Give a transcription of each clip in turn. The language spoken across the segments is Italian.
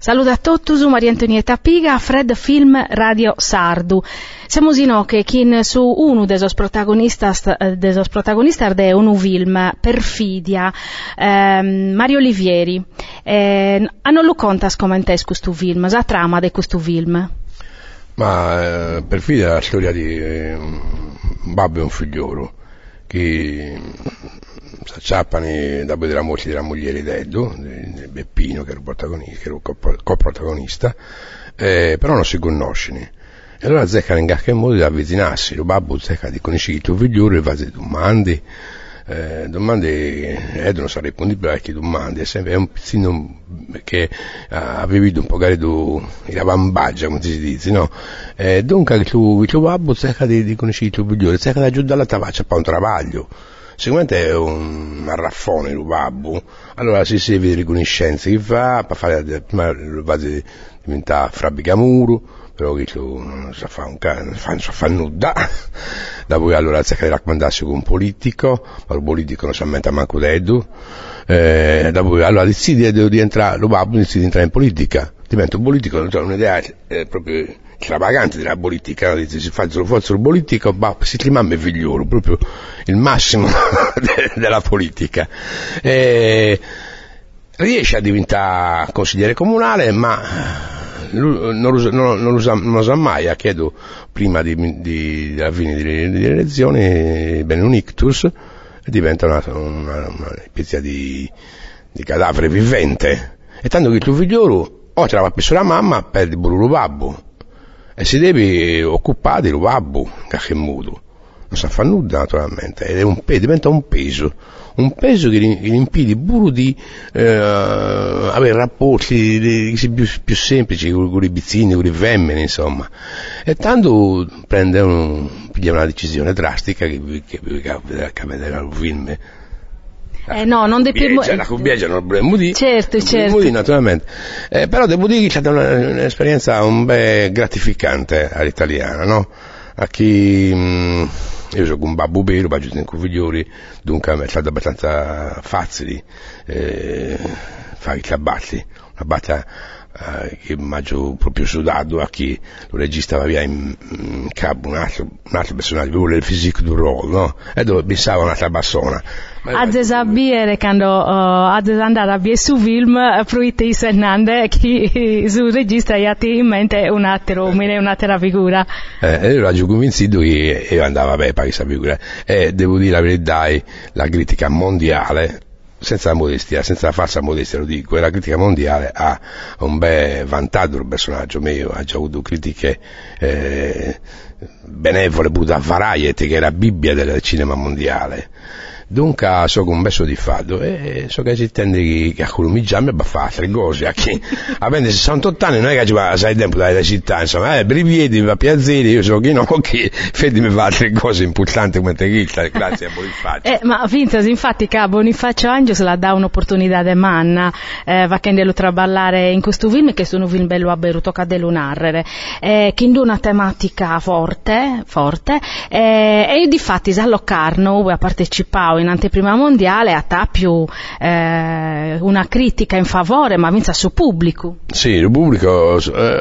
Saluto a tutti, Maria Antonietta Piga, Fred Film Radio Sardu. Siamo che su uno dei protagonista è un film, Perfidia, Mario Olivieri. A non lo contas commentes questo film, la trama di questo film? Ma Perfidia è la storia di un babbo e un figliolo che si acciappano dopo della morte della moglie di Deddo, di Beppino, che era il coprotagonista, però non si conoscono. E allora zeccano in qualche modo di avvicinarsi. Il babbo zecca di conoscere il tuo figliolo e fa delle domande non si risponde a queste domande, è un pizzino che ha vivuto un po' la bambaggia, come si dice, no? Dunque il tuo babbo cerca di conoscere il tuo figliolo, cerca di aiutare la tavaccia per un travaglio. Sicuramente è un raffone il babbo, allora si vede le riconoscenze che fa, per fare prima va di diventare frabicamuro, però che non sa fa nulla. Dopo allora cerca di raccomandarsi con un politico, ma il politico non si ammetta manco Deddo, dopo allora decide di entrare, lo babbo decide di entrare in politica, diventa un politico, non c'è un'idea proprio stravagante della politica, no? Dice, si fa solo forza il politico, si chiama figliolo, proprio il massimo della politica. Riesce a diventare consigliere comunale, ma non lo sa mai, chiedo prima della fine delle elezioni, bene un ictus, e diventa una specie di cadavere vivente, e tanto che il tuo figliolo o ce l'aveva presso la mamma per il burro babbo, e si deve occupare del babbo, che è muto, non sa fare nulla naturalmente, ed diventa un peso che gli impide pure di avere rapporti più semplici con i bizzini, con i femmine, insomma, e tanto piglia una decisione drastica che vedere al film. No, non devo la cubbieggia non dobbiamo dire. Certo. Naturalmente. Però devo dire che è stata un'esperienza un bel gratificante all'italiana, no? A chi io sono un babbo vero, faccio con figlioli, dunque è stato abbastanza facile fare i tabatti, una batta che immagino proprio sudato a chi lo regista va via in capo un altro personaggio, proprio il physique du role, no? E dove pensava un'altra bassona. A desabire quando a andare a vedere su film fruite i sennande che sul regista ha in mente un'altra figura. Io ero convinto che io andavo a questa figura, e devo dire la verità, la critica mondiale, senza modestia, senza falsa modestia lo dico, la critica mondiale ha un bel vantaggio il personaggio mio, ha già avuto critiche benevole pure da Variety, che è la Bibbia del cinema mondiale. Dunque sono un bel soddisfatto, e so che si tende che alcuni mi chiamano e fa altre cose, avendo 68 anni non è che ci va sai tempo dalle città, insomma, per i piedi, va a piazzere, io so che no, che Fede mi fa altre cose importanti come te, grazie a Bonifacio. Ma Vintas, infatti che a Bonifacio Angios la dà un'opportunità di manna, va che andello traballare in questo film, che sono un film bello a Beruto Cadello narrere, che in una tematica forte, e di fatti Sallocarno ha partecipato in anteprima mondiale a più una critica in favore, ma vince su pubblico. Sì, il pubblico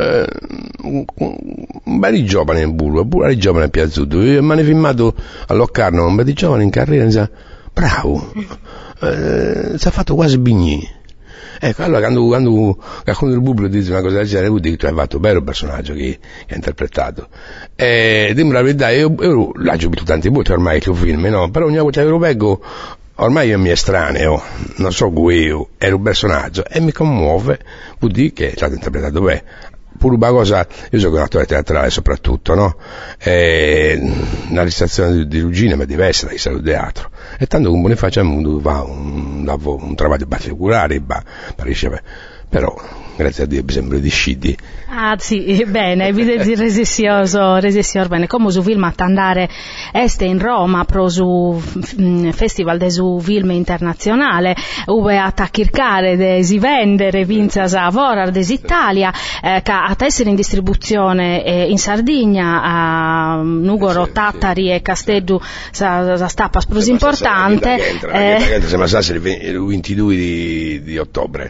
un bel giovane in burro, pure giovane piazzuto, mi hanno filmato a Locarno un bel giovane in carriera, dice, bravo, si è fatto quasi Bigni. Ecco, allora quando il pubblico dice una cosa del genere, vuol dire che tu hai fatto un bello personaggio che hai interpretato. Dimmi la verità, io l'ho visto tante volte ormai il tuo film, no? Però ogni volta che lo leggo, ormai io mi estraneo, non so come io, ero un personaggio, e mi commuove, vuol dire che è stato interpretato bene. Pure una cosa, io sono un attore teatrale soprattutto, no? La recitazione di Ruggine è diversa dai salute teatro, e tanto con Bonifacio va un travaglio particolare, però grazie a Dio mi sembra di scidi. Ah sì, bene, vedi resizioso bene, come su film a andare este in Roma pro su festival de su film internazionale, ove a taccircare de si vendere vinzas a Vorar desItalia, che a essere in distribuzione in Sardegna, a Nugoro, Tattari e Castello sa stappa spros importante. Sembra il 22 di ottobre.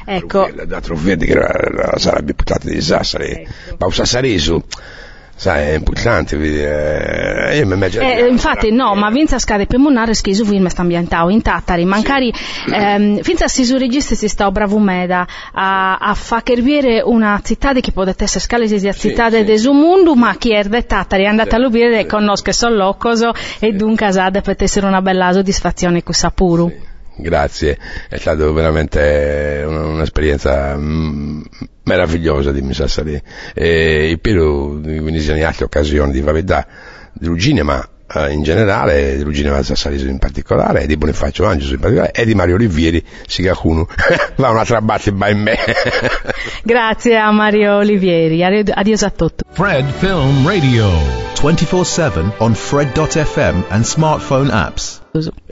Ecco. Da Trofetti che sarebbe buttata di Sassari, ecco. Ma un Sassaresu, sai, è importante, infatti no, ma vinza scade per monare che su film sta ambientato in Tattari, mancari finza si su registi si sta bravo meda a fa cherviere una città che può essere scalesi di città del suo mondo, ma chi è de Tattari è andata a lubire e conosce solo locoso e dunque asade per essere una bella soddisfazione con Sapuru. Sì. Grazie, è stata veramente un'esperienza meravigliosa di Sassari, e però quindi ci sono altre occasioni di verità di Ruggine, ma in generale di Ruggine Sassari in particolare, e di Bonifacio Angelo in particolare, e di Mario Olivieri, si qualcuno va un'altra battaglia in me. Grazie a Mario Olivieri, adios a tutti. Fred Film Radio 24/7 on Fred.fm and smartphone apps.